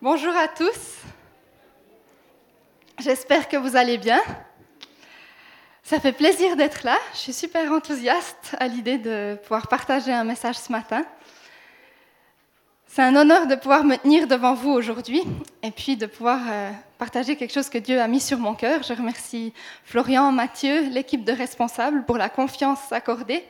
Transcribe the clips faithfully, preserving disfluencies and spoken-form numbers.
Bonjour à tous, j'espère que vous allez bien. Ça fait plaisir d'être là, je suis super enthousiaste à l'idée de pouvoir partager un message ce matin. C'est un honneur de pouvoir me tenir devant vous aujourd'hui et puis de pouvoir euh, partager quelque chose que Dieu a mis sur mon cœur. Je remercie Florian, Mathieu, l'équipe de responsables pour la confiance accordée.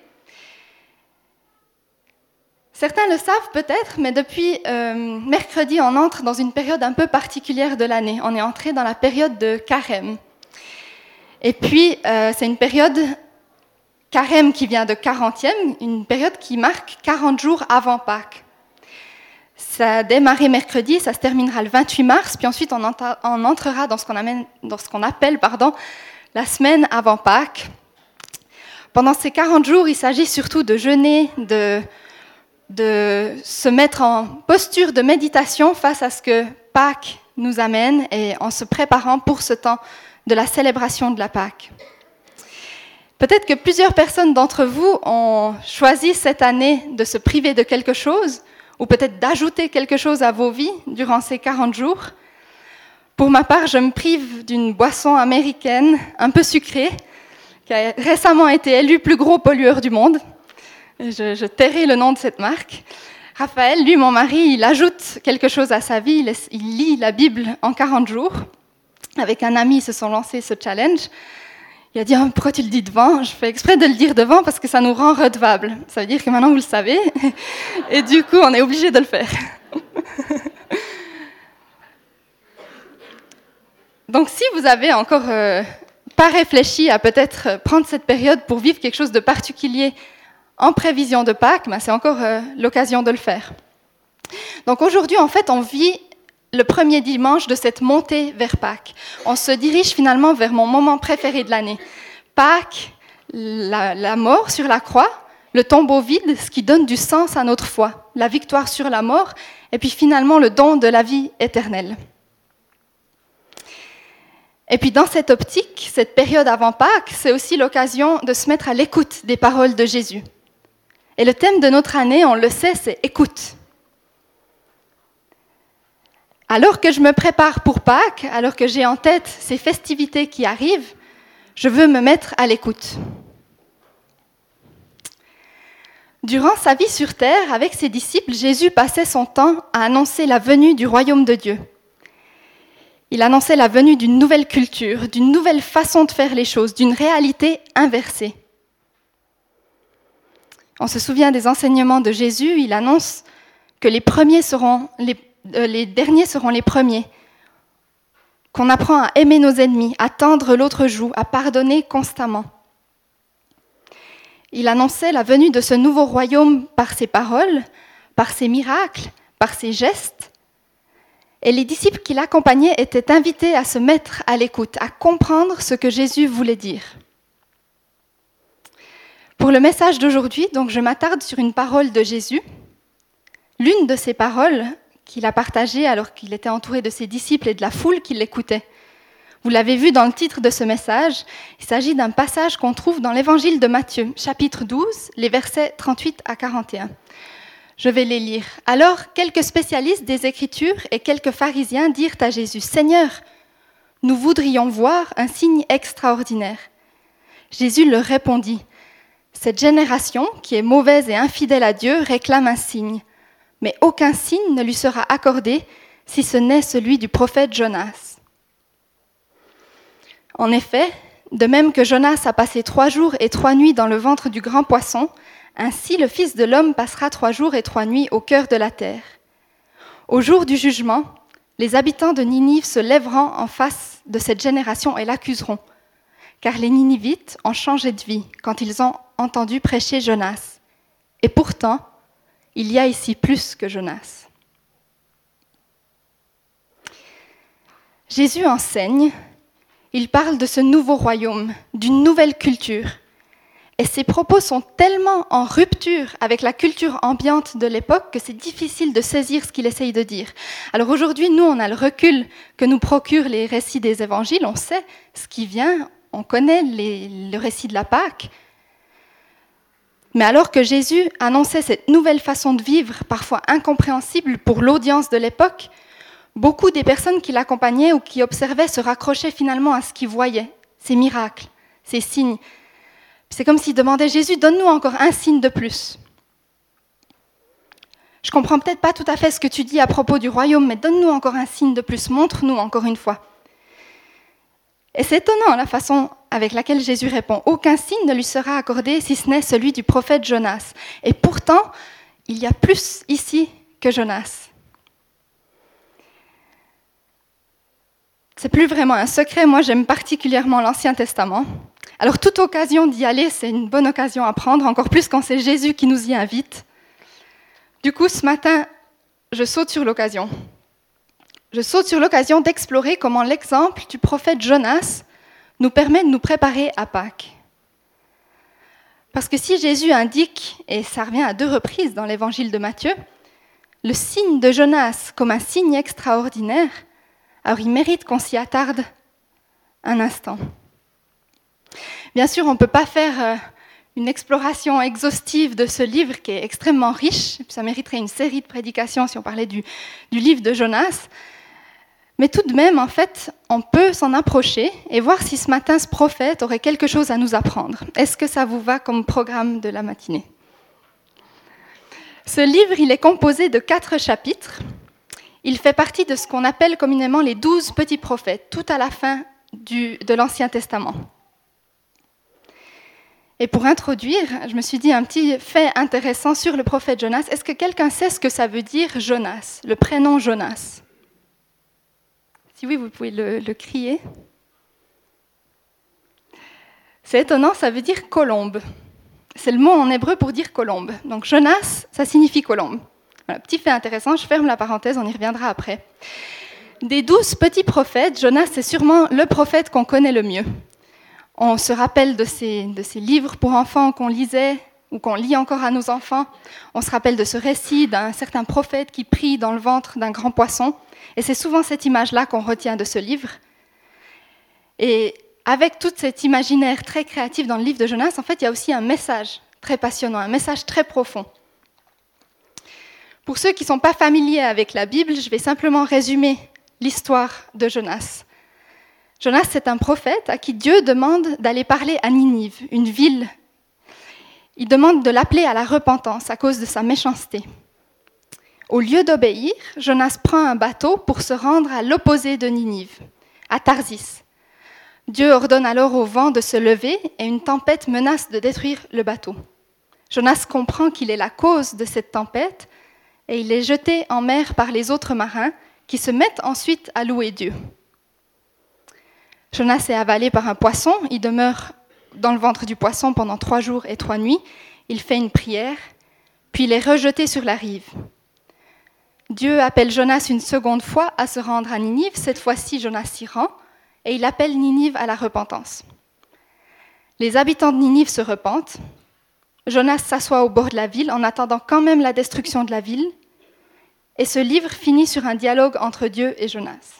Certains le savent peut-être, mais depuis euh, mercredi, on entre dans une période un peu particulière de l'année. On est entré dans la période de Carême. Et puis, euh, c'est une période Carême qui vient de quarantième, une période qui marque quarante jours avant Pâques. Ça a démarré mercredi, ça se terminera le vingt-huit mars, puis ensuite on, enta- on entrera dans ce qu'on, amène, dans ce qu'on appelle pardon, la semaine avant Pâques. Pendant ces quarante jours, il s'agit surtout de jeûner, de... de se mettre en posture de méditation face à ce que Pâques nous amène et en se préparant pour ce temps de la célébration de la Pâques. Peut-être que plusieurs personnes d'entre vous ont choisi cette année de se priver de quelque chose ou peut-être d'ajouter quelque chose à vos vies durant ces quarante jours. Pour ma part, je me prive d'une boisson américaine un peu sucrée qui a récemment été élue plus gros pollueur du monde. Je, je tairai le nom de cette marque. Raphaël, lui, mon mari, il ajoute quelque chose à sa vie. Il, il lit la Bible en quarante jours. Avec un ami, ils se sont lancés ce challenge. Il a dit oh, « Pourquoi tu le dis devant ?» Je fais exprès de le dire devant parce que ça nous rend redevables. Ça veut dire que maintenant, vous le savez. Et du coup, on est obligé de le faire. Donc, si vous avez encore euh, pas réfléchi à peut-être prendre cette période pour vivre quelque chose de particulier en prévision de Pâques, ben c'est encore euh, l'occasion de le faire. Donc aujourd'hui, en fait, on vit le premier dimanche de cette montée vers Pâques. On se dirige finalement vers mon moment préféré de l'année. Pâques, la, la mort sur la croix, le tombeau vide, ce qui donne du sens à notre foi, la victoire sur la mort, et puis finalement le don de la vie éternelle. Et puis dans cette optique, cette période avant Pâques, c'est aussi l'occasion de se mettre à l'écoute des paroles de Jésus. Et le thème de notre année, on le sait, c'est « écoute ». Alors que je me prépare pour Pâques, alors que j'ai en tête ces festivités qui arrivent, je veux me mettre à l'écoute. Durant sa vie sur terre, avec ses disciples, Jésus passait son temps à annoncer la venue du royaume de Dieu. Il annonçait la venue d'une nouvelle culture, d'une nouvelle façon de faire les choses, d'une réalité inversée. On se souvient des enseignements de Jésus, il annonce que les premiers seront les, euh, les derniers seront les premiers, qu'on apprend à aimer nos ennemis, à tendre l'autre joue, à pardonner constamment. Il annonçait la venue de ce nouveau royaume par ses paroles, par ses miracles, par ses gestes, et les disciples qui l'accompagnaient étaient invités à se mettre à l'écoute, à comprendre ce que Jésus voulait dire. Pour le message d'aujourd'hui, donc, je m'attarde sur une parole de Jésus, l'une de ces paroles qu'il a partagées alors qu'il était entouré de ses disciples et de la foule qui l'écoutait. Vous l'avez vu dans le titre de ce message, il s'agit d'un passage qu'on trouve dans l'évangile de Matthieu, chapitre douze, les versets trente-huit à quarante et un. Je vais les lire. Alors, quelques spécialistes des Écritures et quelques pharisiens dirent à Jésus « Seigneur, nous voudrions voir un signe extraordinaire. » Jésus leur répondit « Cette génération, qui est mauvaise et infidèle à Dieu, réclame un signe. Mais aucun signe ne lui sera accordé si ce n'est celui du prophète Jonas. » En effet, de même que Jonas a passé trois jours et trois nuits dans le ventre du grand poisson, ainsi le Fils de l'homme passera trois jours et trois nuits au cœur de la terre. Au jour du jugement, les habitants de Ninive se lèveront en face de cette génération et l'accuseront, car les Ninivites ont changé de vie quand ils ont entendu prêcher Jonas. Et pourtant, il y a ici plus que Jonas. Jésus enseigne, il parle de ce nouveau royaume, d'une nouvelle culture. Et ses propos sont tellement en rupture avec la culture ambiante de l'époque que c'est difficile de saisir ce qu'il essaye de dire. Alors aujourd'hui, nous, on a le recul que nous procurent les récits des évangiles, on sait ce qui vient, on connaît les, le récit de la Pâque. Mais alors que Jésus annonçait cette nouvelle façon de vivre, parfois incompréhensible pour l'audience de l'époque, beaucoup des personnes qui l'accompagnaient ou qui observaient se raccrochaient finalement à ce qu'ils voyaient, ces miracles, ces signes. C'est comme s'ils demandaient « Jésus, donne-nous encore un signe de plus ». Je ne comprends peut-être pas tout à fait ce que tu dis à propos du royaume, mais donne-nous encore un signe de plus, montre-nous encore une fois. Et c'est étonnant la façon avec laquelle Jésus répond. Aucun signe ne lui sera accordé si ce n'est celui du prophète Jonas. Et pourtant, il y a plus ici que Jonas. C'est plus vraiment un secret. Moi, j'aime particulièrement l'Ancien Testament. Alors, toute occasion d'y aller, c'est une bonne occasion à prendre, encore plus quand c'est Jésus qui nous y invite. Du coup, ce matin, je saute sur l'occasion. Je saute sur l'occasion d'explorer comment l'exemple du prophète Jonas nous permet de nous préparer à Pâques. Parce que si Jésus indique, et ça revient à deux reprises dans l'évangile de Matthieu, le signe de Jonas comme un signe extraordinaire, alors il mérite qu'on s'y attarde un instant. Bien sûr, on ne peut pas faire une exploration exhaustive de ce livre qui est extrêmement riche. Ça mériterait une série de prédications si on parlait du, du livre de Jonas. Mais tout de même, en fait, on peut s'en approcher et voir si ce matin, ce prophète aurait quelque chose à nous apprendre. Est-ce que ça vous va comme programme de la matinée ? Ce livre, il est composé de quatre chapitres. Il fait partie de ce qu'on appelle communément les douze petits prophètes, tout à la fin du, de l'Ancien Testament. Et pour introduire, je me suis dit un petit fait intéressant sur le prophète Jonas. Est-ce que quelqu'un sait ce que ça veut dire Jonas, le prénom Jonas ? Si oui, vous pouvez le, le crier. C'est étonnant, ça veut dire colombe. C'est le mot en hébreu pour dire colombe. Donc Jonas, ça signifie colombe. Voilà, petit fait intéressant, je ferme la parenthèse, on y reviendra après. Des douze petits prophètes, Jonas, c'est sûrement le prophète qu'on connaît le mieux. On se rappelle de ces, de ces livres pour enfants qu'on lisait ou qu'on lit encore à nos enfants. On se rappelle de ce récit d'un certain prophète qui prie dans le ventre d'un grand poisson. Et c'est souvent cette image-là qu'on retient de ce livre. Et avec tout cet imaginaire très créatif dans le livre de Jonas, en fait, il y a aussi un message très passionnant, un message très profond. Pour ceux qui ne sont pas familiers avec la Bible, je vais simplement résumer l'histoire de Jonas. Jonas, c'est un prophète à qui Dieu demande d'aller parler à Ninive, une ville. Il demande de l'appeler à la repentance à cause de sa méchanceté. Au lieu d'obéir, Jonas prend un bateau pour se rendre à l'opposé de Ninive, à Tarsis. Dieu ordonne alors au vent de se lever et une tempête menace de détruire le bateau. Jonas comprend qu'il est la cause de cette tempête et il est jeté en mer par les autres marins qui se mettent ensuite à louer Dieu. Jonas est avalé par un poisson, il demeure dans le ventre du poisson pendant trois jours et trois nuits, il fait une prière, puis il est rejeté sur la rive. Dieu appelle Jonas une seconde fois à se rendre à Ninive, cette fois-ci Jonas s'y rend, et il appelle Ninive à la repentance. Les habitants de Ninive se repentent, Jonas s'assoit au bord de la ville en attendant quand même la destruction de la ville, et ce livre finit sur un dialogue entre Dieu et Jonas.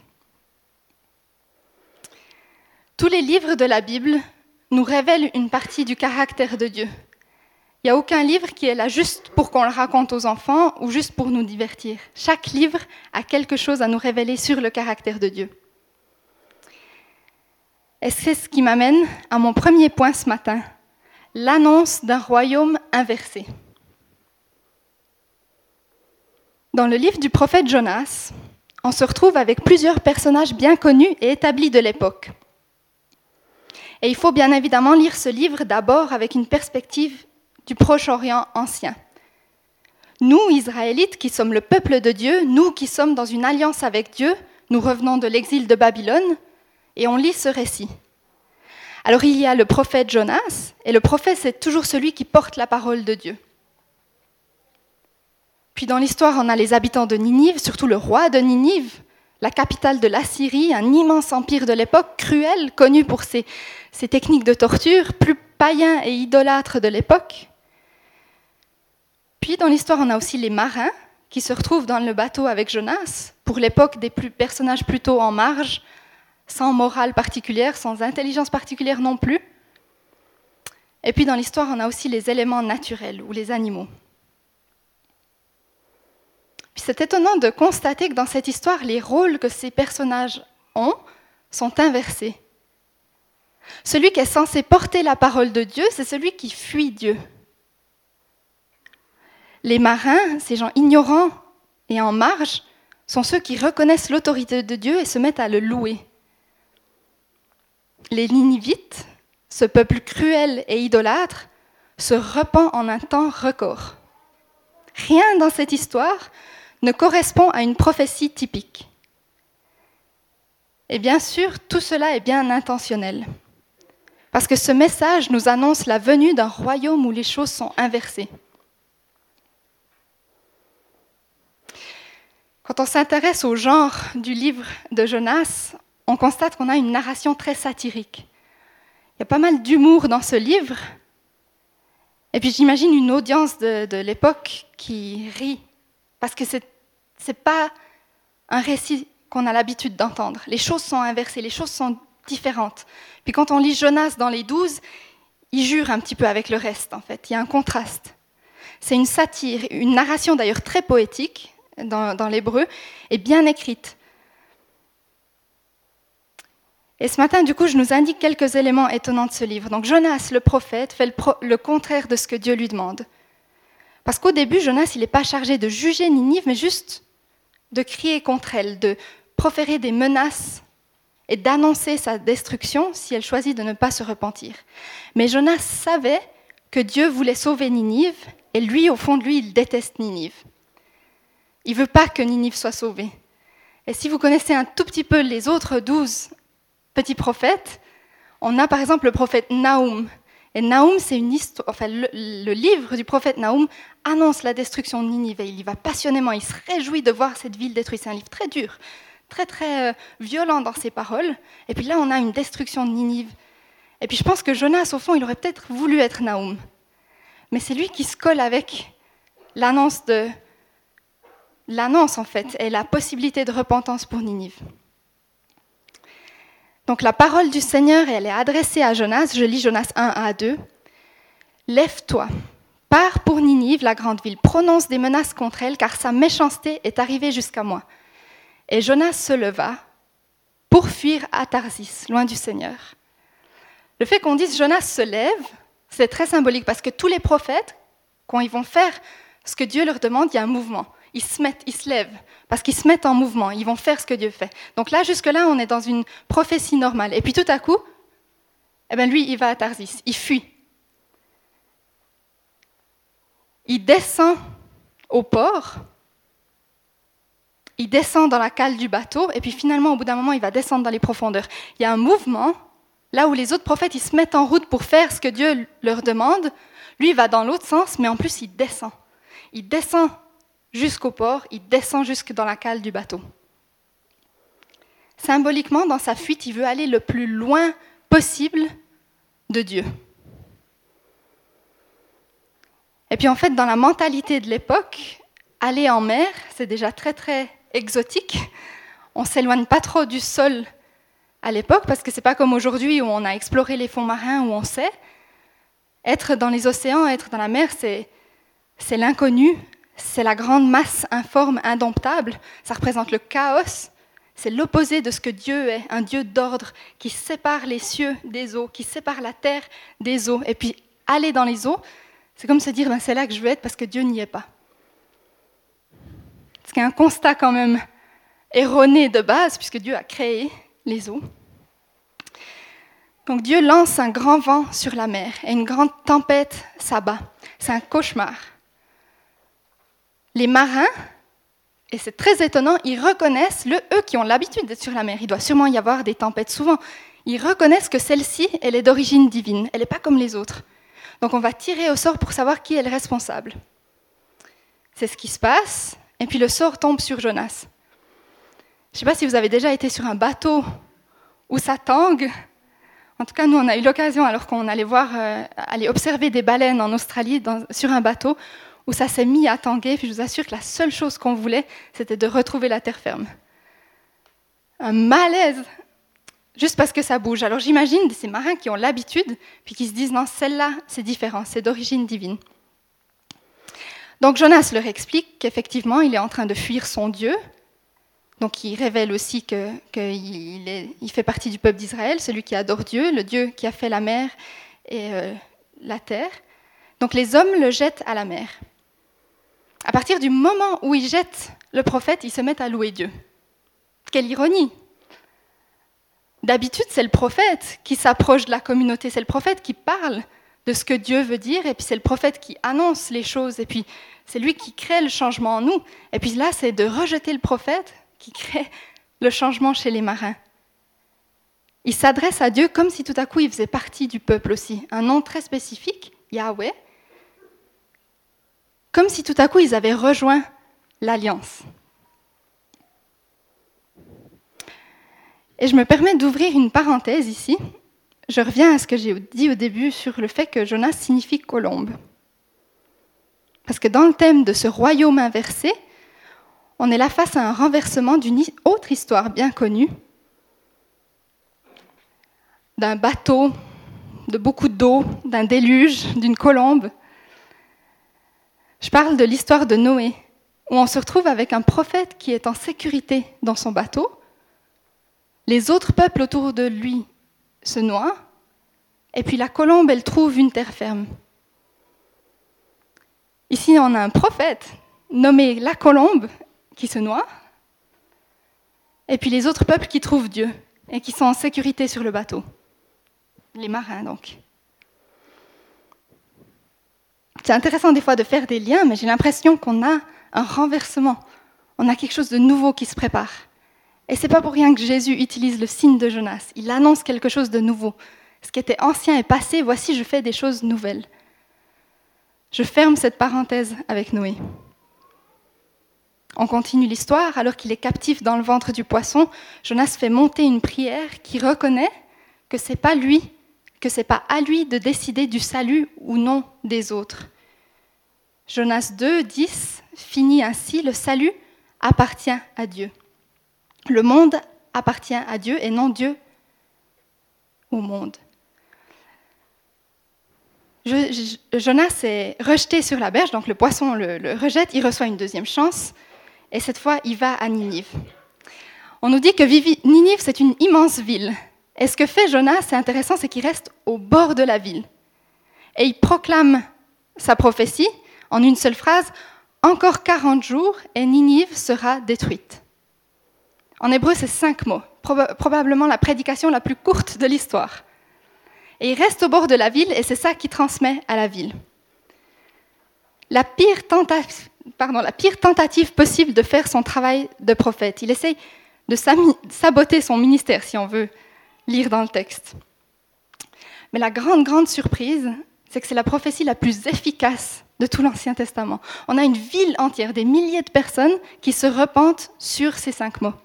Tous les livres de la Bible nous révèlent une partie du caractère de Dieu. Il n'y a aucun livre qui est là juste pour qu'on le raconte aux enfants ou juste pour nous divertir. Chaque livre a quelque chose à nous révéler sur le caractère de Dieu. Et c'est ce qui m'amène à mon premier point ce matin, l'annonce d'un royaume inversé. Dans le livre du prophète Jonas, on se retrouve avec plusieurs personnages bien connus et établis de l'époque. Et il faut bien évidemment lire ce livre d'abord avec une perspective du Proche-Orient ancien. Nous, Israélites, qui sommes le peuple de Dieu, nous qui sommes dans une alliance avec Dieu, nous revenons de l'exil de Babylone et on lit ce récit. Alors il y a le prophète Jonas, et le prophète c'est toujours celui qui porte la parole de Dieu. Puis dans l'histoire, on a les habitants de Ninive, surtout le roi de Ninive, la capitale de l'Assyrie, un immense empire de l'époque, cruel, connu pour ses, ses techniques de torture, plus païen et idolâtre de l'époque. Puis dans l'histoire, on a aussi les marins qui se retrouvent dans le bateau avec Jonas, pour l'époque des plus, personnages plutôt en marge, sans morale particulière, sans intelligence particulière non plus. Et puis dans l'histoire, on a aussi les éléments naturels ou les animaux. Puis c'est étonnant de constater que dans cette histoire, les rôles que ces personnages ont sont inversés. Celui qui est censé porter la parole de Dieu, c'est celui qui fuit Dieu. Les marins, ces gens ignorants et en marge, sont ceux qui reconnaissent l'autorité de Dieu et se mettent à le louer. Les Ninivites, ce peuple cruel et idolâtre, se repent en un temps record. Rien dans cette histoire ne correspond à une prophétie typique. Et bien sûr, tout cela est bien intentionnel. Parce que ce message nous annonce la venue d'un royaume où les choses sont inversées. Quand on s'intéresse au genre du livre de Jonas, on constate qu'on a une narration très satirique. Il y a pas mal d'humour dans ce livre. Et puis j'imagine une audience de, de l'époque qui rit. Parce que ce n'est pas un récit qu'on a l'habitude d'entendre. Les choses sont inversées, les choses sont différentes. Puis quand on lit Jonas dans les douze, il jure un petit peu avec le reste, en fait. Il y a un contraste. C'est une satire, une narration d'ailleurs très poétique, dans, dans l'hébreu, et bien écrite. Et ce matin, du coup, je nous indique quelques éléments étonnants de ce livre. Donc Jonas, le prophète, fait le, pro- le contraire de ce que Dieu lui demande. Parce qu'au début, Jonas, il n'est pas chargé de juger Ninive, mais juste de crier contre elle, de proférer des menaces et d'annoncer sa destruction si elle choisit de ne pas se repentir. Mais Jonas savait que Dieu voulait sauver Ninive, et lui, au fond de lui, il déteste Ninive. Il ne veut pas que Ninive soit sauvée. Et si vous connaissez un tout petit peu les autres douze petits prophètes, on a par exemple le prophète Naoum. Et Naoum, c'est une histoire, enfin, le, le livre du prophète Naoum annonce la destruction de Ninive. Et il y va passionnément, il se réjouit de voir cette ville détruite. C'est un livre très dur, très très euh, violent dans ses paroles. Et puis là, on a une destruction de Ninive. Et puis je pense que Jonas, au fond, il aurait peut-être voulu être Naoum. Mais c'est lui qui se colle avec l'annonce de... L'annonce, en fait, est la possibilité de repentance pour Ninive. Donc la parole du Seigneur, elle est adressée à Jonas. Je lis Jonas un à deux. « Lève-toi, pars pour Ninive, la grande ville, prononce des menaces contre elle, car sa méchanceté est arrivée jusqu'à moi. » Et Jonas se leva pour fuir à Tarsis, loin du Seigneur. Le fait qu'on dise Jonas se lève, c'est très symbolique, parce que tous les prophètes, quand ils vont faire ce que Dieu leur demande, il y a un mouvement. Ils se mettent, ils se lèvent, parce qu'ils se mettent en mouvement, ils vont faire ce que Dieu fait. Donc là, jusque-là, on est dans une prophétie normale. Et puis tout à coup, eh bien, lui, il va à Tarsis, il fuit. Il descend au port, il descend dans la cale du bateau, et puis finalement, au bout d'un moment, il va descendre dans les profondeurs. Il y a un mouvement, là où les autres prophètes, ils se mettent en route pour faire ce que Dieu leur demande. Lui, il va dans l'autre sens, mais en plus, il descend. Il descend jusqu'au port, il descend jusque dans la cale du bateau. Symboliquement, dans sa fuite, il veut aller le plus loin possible de Dieu. Et puis en fait, dans la mentalité de l'époque, aller en mer, c'est déjà très très exotique. On ne s'éloigne pas trop du sol à l'époque, parce que ce n'est pas comme aujourd'hui où on a exploré les fonds marins, où on sait. Être dans les océans, être dans la mer, c'est, c'est l'inconnu. C'est la grande masse informe, indomptable. Ça représente le chaos. C'est l'opposé de ce que Dieu est, un Dieu d'ordre qui sépare les cieux des eaux, qui sépare la terre des eaux. Et puis, aller dans les eaux, c'est comme se dire, ben, c'est là que je veux être parce que Dieu n'y est pas. Ce qui est un constat quand même erroné de base, puisque Dieu a créé les eaux. Donc Dieu lance un grand vent sur la mer et une grande tempête s'abat. C'est un cauchemar. Les marins, et c'est très étonnant, ils reconnaissent, le, eux qui ont l'habitude d'être sur la mer, il doit sûrement y avoir des tempêtes souvent, ils reconnaissent que celle-ci, elle est d'origine divine, elle n'est pas comme les autres. Donc on va tirer au sort pour savoir qui est le responsable. C'est ce qui se passe, et puis le sort tombe sur Jonas. Je ne sais pas si vous avez déjà été sur un bateau où ça tangue. En tout cas, nous, on a eu l'occasion, alors qu'on allait voir, euh, aller observer des baleines en Australie dans, sur un bateau, où ça s'est mis à tanguer, puis je vous assure que la seule chose qu'on voulait, c'était de retrouver la terre ferme. Un malaise, juste parce que ça bouge. Alors j'imagine ces marins qui ont l'habitude, puis qui se disent, non, celle-là, c'est différent, c'est d'origine divine. Donc Jonas leur explique qu'effectivement, il est en train de fuir son Dieu. Donc il révèle aussi qu'il que il fait partie du peuple d'Israël, celui qui adore Dieu, le Dieu qui a fait la mer et euh, la terre. Donc les hommes le jettent à la mer. À partir du moment où ils jettent le prophète, ils se mettent à louer Dieu. Quelle ironie! D'habitude, c'est le prophète qui s'approche de la communauté, c'est le prophète qui parle de ce que Dieu veut dire, et puis c'est le prophète qui annonce les choses, et puis c'est lui qui crée le changement en nous. Et puis là, c'est de rejeter le prophète qui crée le changement chez les marins. Il s'adresse à Dieu comme si tout à coup il faisait partie du peuple aussi. Un nom très spécifique, Yahweh, comme si tout à coup ils avaient rejoint l'alliance. Et je me permets d'ouvrir une parenthèse ici. Je reviens à ce que j'ai dit au début sur le fait que Jonas signifie colombe. Parce que dans le thème de ce royaume inversé, on est là face à un renversement d'une autre histoire bien connue, d'un bateau, de beaucoup d'eau, d'un déluge, d'une colombe. Je parle de l'histoire de Noé, où on se retrouve avec un prophète qui est en sécurité dans son bateau. Les autres peuples autour de lui se noient, et puis la colombe, elle trouve une terre ferme. Ici, on a un prophète nommé la colombe qui se noie, et puis les autres peuples qui trouvent Dieu et qui sont en sécurité sur le bateau. Les marins, donc. C'est intéressant des fois de faire des liens, mais j'ai l'impression qu'on a un renversement. On a quelque chose de nouveau qui se prépare. Et c'est pas pour rien que Jésus utilise le signe de Jonas. Il annonce quelque chose de nouveau. Ce qui était ancien est passé, voici, je fais des choses nouvelles. Je ferme cette parenthèse avec Noé. On continue l'histoire. Alors qu'il est captif dans le ventre du poisson, Jonas fait monter une prière qui reconnaît que c'est pas lui, que c'est pas à lui de décider du salut ou non des autres. Jonas deux, dix finit ainsi: le salut appartient à Dieu. Le monde appartient à Dieu et non Dieu au monde. Je, je, Jonas est rejeté sur la berge, donc le poisson le, le rejette, il reçoit une deuxième chance, et cette fois, il va à Ninive. On nous dit que Ninive, c'est une immense ville. Et ce que fait Jonas, c'est intéressant, c'est qu'il reste au bord de la ville. Et il proclame sa prophétie en une seule phrase: « Encore quarante jours et Ninive sera détruite ». En hébreu, c'est cinq mots, proba- probablement la prédication la plus courte de l'histoire. Et il reste au bord de la ville, et c'est ça qu'il transmet à la ville. La pire, tenta- pardon, la pire tentative possible de faire son travail de prophète. Il essaye de sam- saboter son ministère, si on veut lire dans le texte. Mais la grande, grande surprise, c'est que c'est la prophétie la plus efficace de tout l'Ancien Testament. On a une ville entière, des milliers de personnes qui se repentent sur ces cinq mots.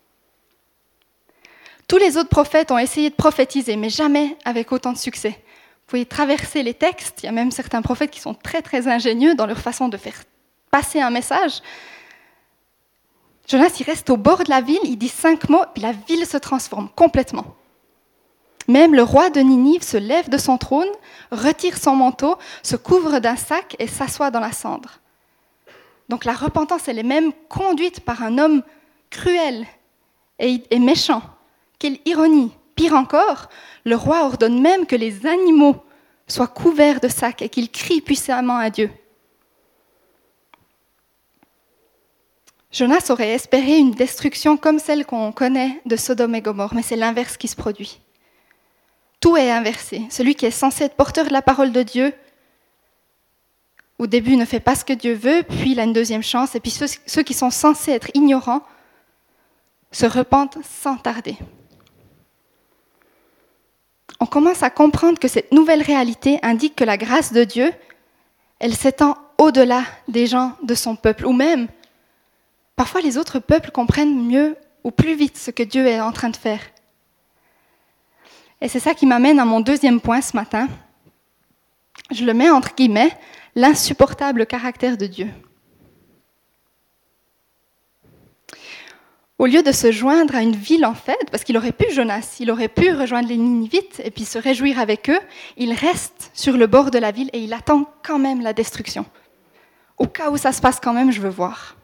Tous les autres prophètes ont essayé de prophétiser, mais jamais avec autant de succès. Vous pouvez traverser les textes, il y a même certains prophètes qui sont très très ingénieux dans leur façon de faire passer un message. Jonas, il reste au bord de la ville, il dit cinq mots, puis la ville se transforme complètement. Même le roi de Ninive se lève de son trône, retire son manteau, se couvre d'un sac et s'assoit dans la cendre. Donc la repentance, elle est même conduite par un homme cruel et, et méchant. Quelle ironie! Pire encore, le roi ordonne même que les animaux soient couverts de sacs et qu'ils crient puissamment à Dieu. Jonas aurait espéré une destruction comme celle qu'on connaît de Sodome et Gomorrhe, mais c'est l'inverse qui se produit. Tout est inversé. Celui qui est censé être porteur de la parole de Dieu, au début ne fait pas ce que Dieu veut, puis il a une deuxième chance, et puis ceux, ceux qui sont censés être ignorants se repentent sans tarder. On commence à comprendre que cette nouvelle réalité indique que la grâce de Dieu, elle s'étend au-delà des gens de son peuple, ou même, parfois les autres peuples comprennent mieux ou plus vite ce que Dieu est en train de faire. Et c'est ça qui m'amène à mon deuxième point ce matin. Je le mets entre guillemets, l'insupportable caractère de Dieu. Au lieu de se joindre à une ville en fait, parce qu'il aurait pu, Jonas, il aurait pu rejoindre les Ninivites et puis se réjouir avec eux, il reste sur le bord de la ville et il attend quand même la destruction. Au cas où ça se passe quand même, je veux voir.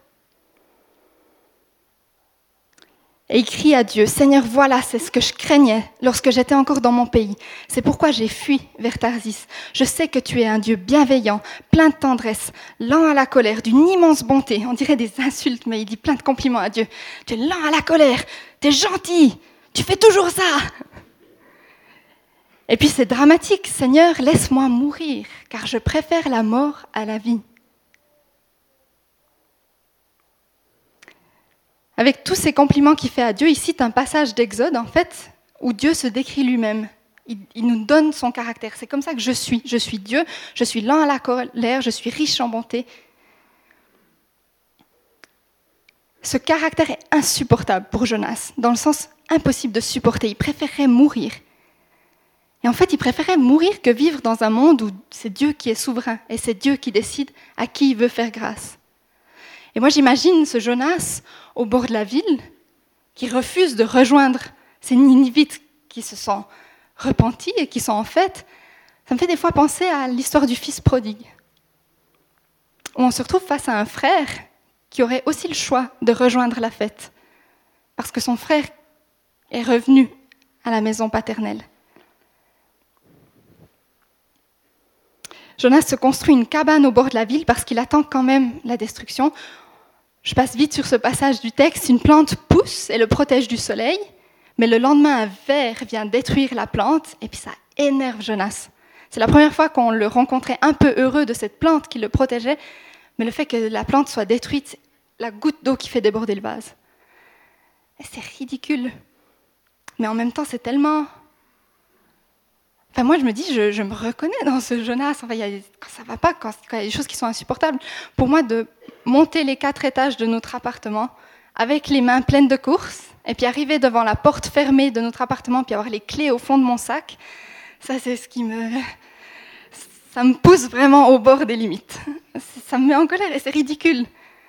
Et il crie à Dieu, « Seigneur, voilà, c'est ce que je craignais lorsque j'étais encore dans mon pays. C'est pourquoi j'ai fui vers Tarsis. Je sais que tu es un Dieu bienveillant, plein de tendresse, lent à la colère, d'une immense bonté. » On dirait des insultes, mais il dit plein de compliments à Dieu. « Tu es lent à la colère, tu es gentil, tu fais toujours ça. » Et puis c'est dramatique, « Seigneur, laisse-moi mourir, car je préfère la mort à la vie. » Avec tous ces compliments qu'il fait à Dieu, il cite un passage d'Exode, en fait, où Dieu se décrit lui-même. Il, il nous donne son caractère. C'est comme ça que je suis. Je suis Dieu, je suis lent à la colère, je suis riche en bonté. Ce caractère est insupportable pour Jonas, dans le sens impossible de supporter. Il préférerait mourir. Et en fait, il préférait mourir que vivre dans un monde où c'est Dieu qui est souverain et c'est Dieu qui décide à qui il veut faire grâce. Et moi, j'imagine ce Jonas au bord de la ville qui refuse de rejoindre ces Ninivites qui se sont repentis et qui sont en fait... Ça me fait des fois penser à l'histoire du fils prodigue, où on se retrouve face à un frère qui aurait aussi le choix de rejoindre la fête, parce que son frère est revenu à la maison paternelle. Jonas se construit une cabane au bord de la ville parce qu'il attend quand même la destruction. Je passe vite sur ce passage du texte. Une plante pousse et le protège du soleil, mais le lendemain, un ver vient détruire la plante et puis ça énerve Jonas. C'est la première fois qu'on le rencontrait un peu heureux de cette plante qui le protégeait, mais le fait que la plante soit détruite, la goutte d'eau qui fait déborder le vase. Et c'est ridicule. Mais en même temps, c'est tellement... Enfin, moi, je me dis, je, je me reconnais dans ce Jonas. Enfin, il y a, quand ça ne va pas, quand, quand il y a des choses qui sont insupportables, pour moi, de monter les quatre étages de notre appartement avec les mains pleines de courses, et puis arriver devant la porte fermée de notre appartement, puis avoir les clés au fond de mon sac, ça, c'est ce qui me... Ça me pousse vraiment au bord des limites. Ça me met en colère et c'est ridicule.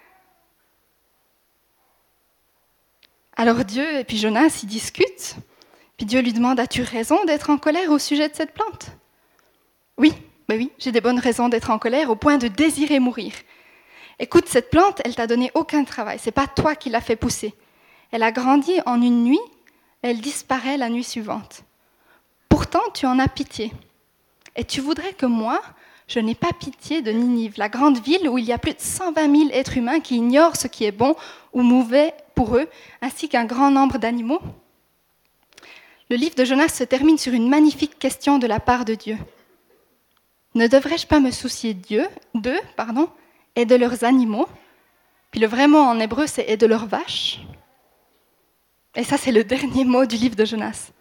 Alors Dieu et puis Jonas, ils discutent. Puis Dieu lui demande, as-tu raison d'être en colère au sujet de cette plante ? Oui, ben oui, j'ai des bonnes raisons d'être en colère au point de désirer mourir. Écoute, cette plante, elle t'a donné aucun travail, c'est pas toi qui l'as fait pousser. Elle a grandi en une nuit, elle disparaît la nuit suivante. Pourtant, tu en as pitié. Et tu voudrais que moi, je n'ai pas pitié de Ninive, la grande ville où il y a plus de cent vingt mille êtres humains qui ignorent ce qui est bon ou mauvais pour eux, ainsi qu'un grand nombre d'animaux ? Le livre de Jonas se termine sur une magnifique question de la part de Dieu. Ne devrais-je pas me soucier d'eux, d'eux, pardon, et de leurs animaux ? Puis le vrai mot en hébreu, c'est « et de leurs vaches ». Et ça, c'est le dernier mot du livre de Jonas.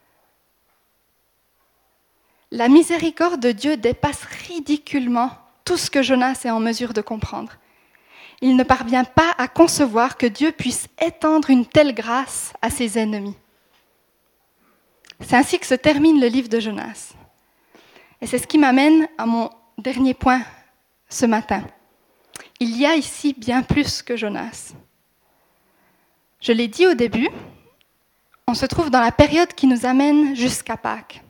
La miséricorde de Dieu dépasse ridiculement tout ce que Jonas est en mesure de comprendre. Il ne parvient pas à concevoir que Dieu puisse étendre une telle grâce à ses ennemis. C'est ainsi que se termine le livre de Jonas. Et c'est ce qui m'amène à mon dernier point ce matin. Il y a ici bien plus que Jonas. Je l'ai dit au début, on se trouve dans la période qui nous amène jusqu'à Pâques.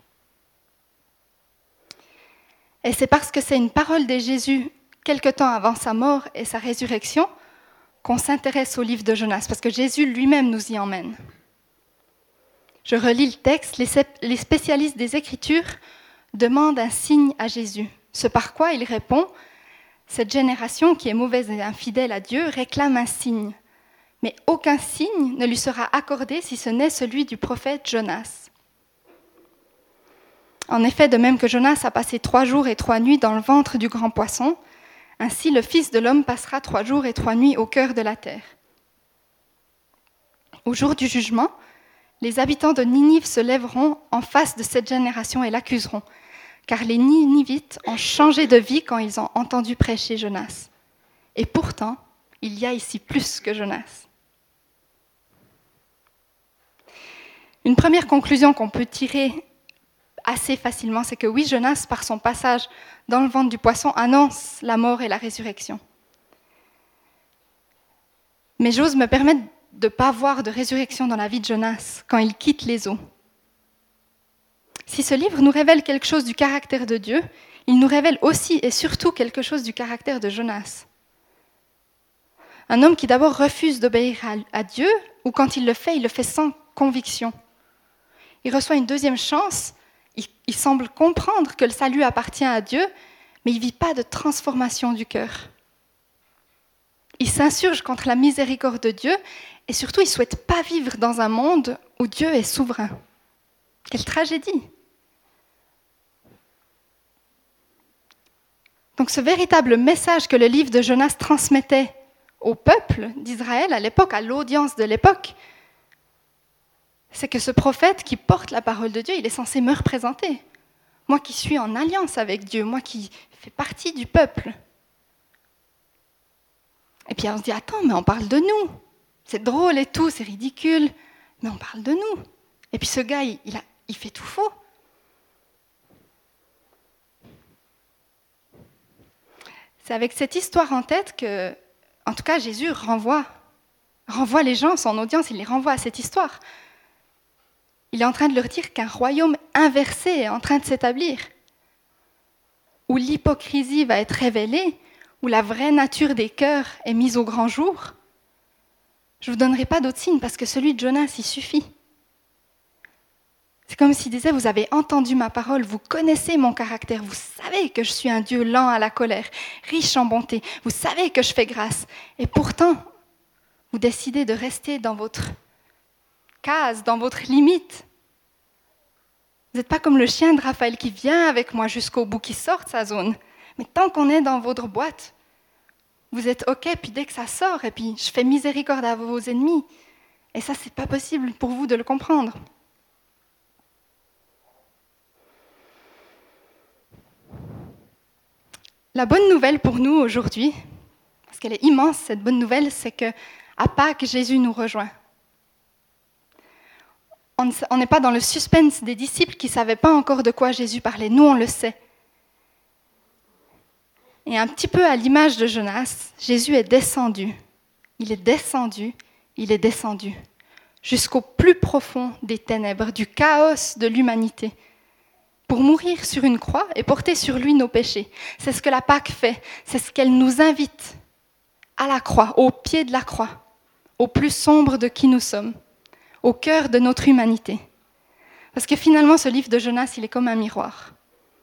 Et c'est parce que c'est une parole de Jésus quelque temps avant sa mort et sa résurrection qu'on s'intéresse au livre de Jonas, parce que Jésus lui-même nous y emmène. Je relis le texte, les spécialistes des Écritures demandent un signe à Jésus, ce par quoi il répond « Cette génération qui est mauvaise et infidèle à Dieu réclame un signe, mais aucun signe ne lui sera accordé si ce n'est celui du prophète Jonas. » En effet, de même que Jonas a passé trois jours et trois nuits dans le ventre du grand poisson, ainsi le Fils de l'homme passera trois jours et trois nuits au cœur de la terre. Au jour du jugement, les habitants de Ninive se lèveront en face de cette génération et l'accuseront, car les Ninivites ont changé de vie quand ils ont entendu prêcher Jonas. Et pourtant, il y a ici plus que Jonas. Une première conclusion qu'on peut tirer assez facilement, c'est que oui, Jonas, par son passage dans le ventre du poisson, annonce la mort et la résurrection. Mais j'ose me permettre de ne pas voir de résurrection dans la vie de Jonas quand il quitte les eaux. Si ce livre nous révèle quelque chose du caractère de Dieu, il nous révèle aussi et surtout quelque chose du caractère de Jonas. Un homme qui d'abord refuse d'obéir à, à Dieu, ou quand il le fait, il le fait sans conviction. Il reçoit une deuxième chance, il, il semble comprendre que le salut appartient à Dieu, mais il ne vit pas de transformation du cœur. Il s'insurge contre la miséricorde de Dieu et surtout il ne souhaite pas vivre dans un monde où Dieu est souverain. Quelle tragédie! Donc ce véritable message que le livre de Jonas transmettait au peuple d'Israël à l'époque, à l'audience de l'époque, c'est que ce prophète qui porte la parole de Dieu, il est censé me représenter. Moi qui suis en alliance avec Dieu, moi qui fais partie du peuple. Et puis on se dit, attends, mais on parle de nous. C'est drôle et tout, c'est ridicule, mais on parle de nous. Et puis ce gars, il, il, a, il fait tout faux. C'est avec cette histoire en tête que, en tout cas, Jésus renvoie, renvoie les gens, son audience, il les renvoie à cette histoire. Il est en train de leur dire qu'un royaume inversé est en train de s'établir, où l'hypocrisie va être révélée, où la vraie nature des cœurs est mise au grand jour. Je ne vous donnerai pas d'autres signes parce que celui de Jonas, il suffit. C'est comme s'il disait, vous avez entendu ma parole, vous connaissez mon caractère, vous savez que je suis un Dieu lent à la colère, riche en bonté, vous savez que je fais grâce. Et pourtant, vous décidez de rester dans votre case, dans votre limite. Vous n'êtes pas comme le chien de Raphaël qui vient avec moi jusqu'au bout, qui sort de sa zone. Mais tant qu'on est dans votre boîte, vous êtes OK, puis dès que ça sort, et puis je fais miséricorde à vos ennemis. Et ça, c'est pas possible pour vous de le comprendre. La bonne nouvelle pour nous aujourd'hui, parce qu'elle est immense, cette bonne nouvelle, c'est qu'à Pâques, Jésus nous rejoint. On n'est pas dans le suspense des disciples qui ne savaient pas encore de quoi Jésus parlait. Nous, on le sait. Et un petit peu à l'image de Jonas, Jésus est descendu. Il est descendu, il est descendu, jusqu'au plus profond des ténèbres, du chaos de l'humanité, pour mourir sur une croix et porter sur lui nos péchés. C'est ce que la Pâque fait, c'est ce qu'elle nous invite à la croix, au pied de la croix, au plus sombre de qui nous sommes, au cœur de notre humanité. Parce que finalement, ce livre de Jonas, il est comme un miroir.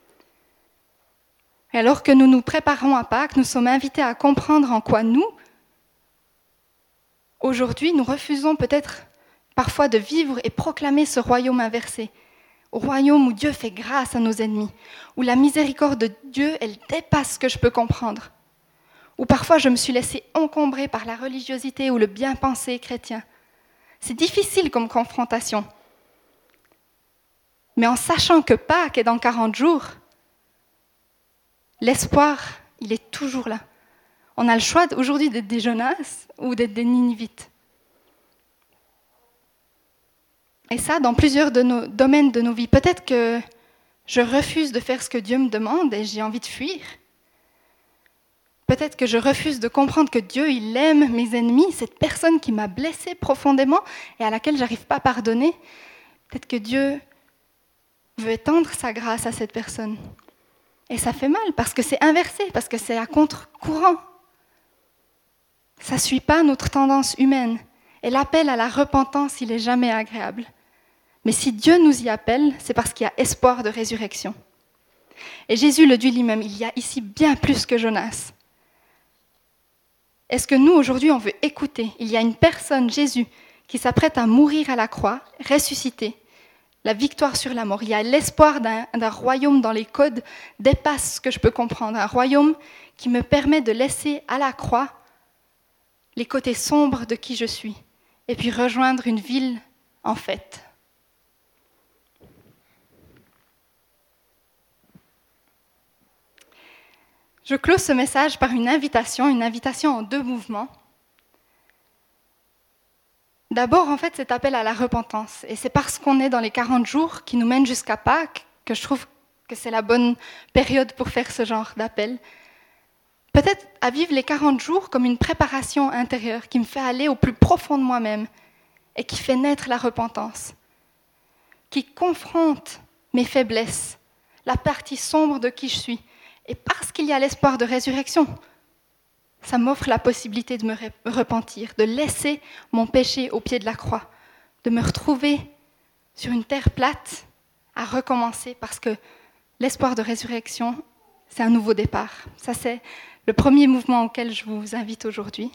Et alors que nous nous préparons à Pâques, nous sommes invités à comprendre en quoi nous, aujourd'hui, nous refusons peut-être parfois de vivre et proclamer ce royaume inversé, au royaume où Dieu fait grâce à nos ennemis, où la miséricorde de Dieu, elle dépasse ce que je peux comprendre, où parfois je me suis laissée encombrer par la religiosité ou le bien-pensé chrétien. C'est difficile comme confrontation. Mais en sachant que Pâques est dans quarante jours, l'espoir, il est toujours là. On a le choix aujourd'hui d'être des Jonas ou d'être des Ninivites. Et ça, dans plusieurs de nos domaines de nos vies. Peut-être que je refuse de faire ce que Dieu me demande et j'ai envie de fuir. Peut-être que je refuse de comprendre que Dieu, il aime mes ennemis, cette personne qui m'a blessée profondément et à laquelle je n'arrive pas à pardonner. Peut-être que Dieu veut étendre sa grâce à cette personne. Et ça fait mal parce que c'est inversé, parce que c'est à contre-courant. Ça ne suit pas notre tendance humaine. Et l'appel à la repentance, il n'est jamais agréable. Mais si Dieu nous y appelle, c'est parce qu'il y a espoir de résurrection. Et Jésus le dit lui-même, il y a ici bien plus que Jonas. Est-ce que nous, aujourd'hui, on veut écouter? Il y a une personne, Jésus, qui s'apprête à mourir à la croix, ressuscité, la victoire sur la mort. Il y a l'espoir d'un, d'un royaume dont les codes dépassent ce que je peux comprendre. Un royaume qui me permet de laisser à la croix les côtés sombres de qui je suis et puis rejoindre une ville en fête. Je close ce message par une invitation, une invitation en deux mouvements. D'abord, en fait, cet appel à la repentance. Et c'est parce qu'on est dans les quarante jours qui nous mènent jusqu'à Pâques que je trouve que c'est la bonne période pour faire ce genre d'appel. Peut-être à vivre les quarante jours comme une préparation intérieure qui me fait aller au plus profond de moi-même et qui fait naître la repentance, qui confronte mes faiblesses, la partie sombre de qui je suis, Et parce qu'il y a l'espoir de résurrection, ça m'offre la possibilité de me repentir, de laisser mon péché au pied de la croix, de me retrouver sur une terre plate à recommencer parce que l'espoir de résurrection, c'est un nouveau départ. Ça, c'est le premier mouvement auquel je vous invite aujourd'hui.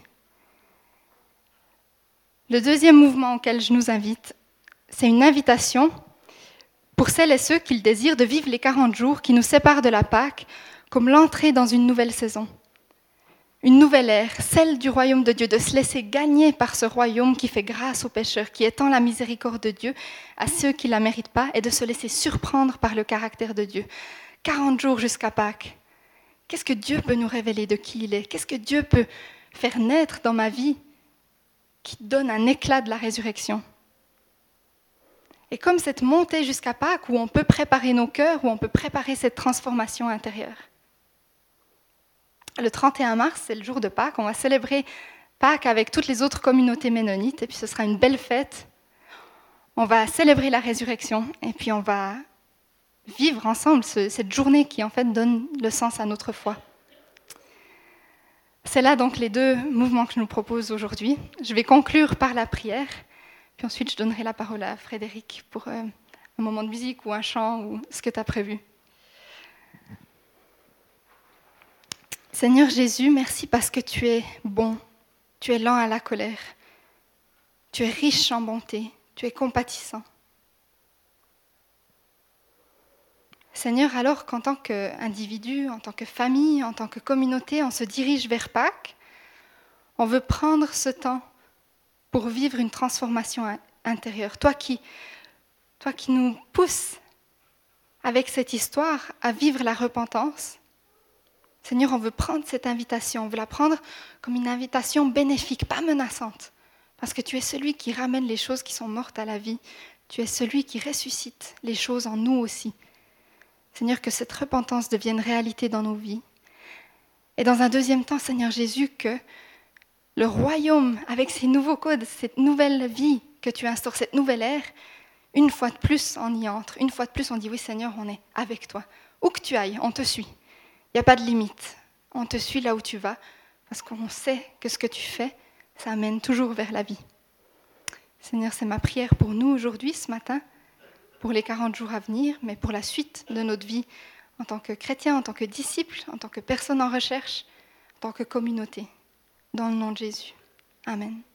Le deuxième mouvement auquel je nous invite, c'est une invitation pour celles et ceux qui le désirent de vivre les quarante jours qui nous séparent de la Pâque comme l'entrée dans une nouvelle saison. Une nouvelle ère, celle du royaume de Dieu, de se laisser gagner par ce royaume qui fait grâce aux pécheurs, qui étend la miséricorde de Dieu à ceux qui ne la méritent pas, et de se laisser surprendre par le caractère de Dieu. quarante jours jusqu'à Pâques. Qu'est-ce que Dieu peut nous révéler de qui il est? Qu'est-ce que Dieu peut faire naître dans ma vie qui donne un éclat de la résurrection? Et comme cette montée jusqu'à Pâques, où on peut préparer nos cœurs, où on peut préparer cette transformation intérieure. Le trente et un mars, c'est le jour de Pâques. On va célébrer Pâques avec toutes les autres communautés ménonites. Et puis ce sera une belle fête. On va célébrer la résurrection. Et puis on va vivre ensemble ce, cette journée qui en fait donne le sens à notre foi. C'est là donc les deux mouvements que je nous propose aujourd'hui. Je vais conclure par la prière. Puis ensuite, je donnerai la parole à Frédéric pour euh, un moment de musique ou un chant ou ce que tu as prévu. Seigneur Jésus, merci parce que tu es bon, tu es lent à la colère, tu es riche en bonté, tu es compatissant. Seigneur, alors qu'en tant qu'individu, en tant que famille, en tant que communauté, on se dirige vers Pâques, on veut prendre ce temps pour vivre une transformation intérieure. Toi qui, toi qui nous pousses avec cette histoire à vivre la repentance, Seigneur, on veut prendre cette invitation, on veut la prendre comme une invitation bénéfique, pas menaçante, parce que tu es celui qui ramène les choses qui sont mortes à la vie, tu es celui qui ressuscite les choses en nous aussi. Seigneur, que cette repentance devienne réalité dans nos vies. Et dans un deuxième temps, Seigneur Jésus, que le royaume, avec ces nouveaux codes, cette nouvelle vie que tu instaures, cette nouvelle ère, une fois de plus, on y entre. Une fois de plus, on dit, oui Seigneur, on est avec toi. Où que tu ailles, on te suit. Il n'y a pas de limite. On te suit là où tu vas, parce qu'on sait que ce que tu fais, ça amène toujours vers la vie. Seigneur, c'est ma prière pour nous aujourd'hui, ce matin, pour les quarante jours à venir, mais pour la suite de notre vie, en tant que chrétien, en tant que disciple, en tant que personne en recherche, en tant que communauté. Dans le nom de Jésus. Amen.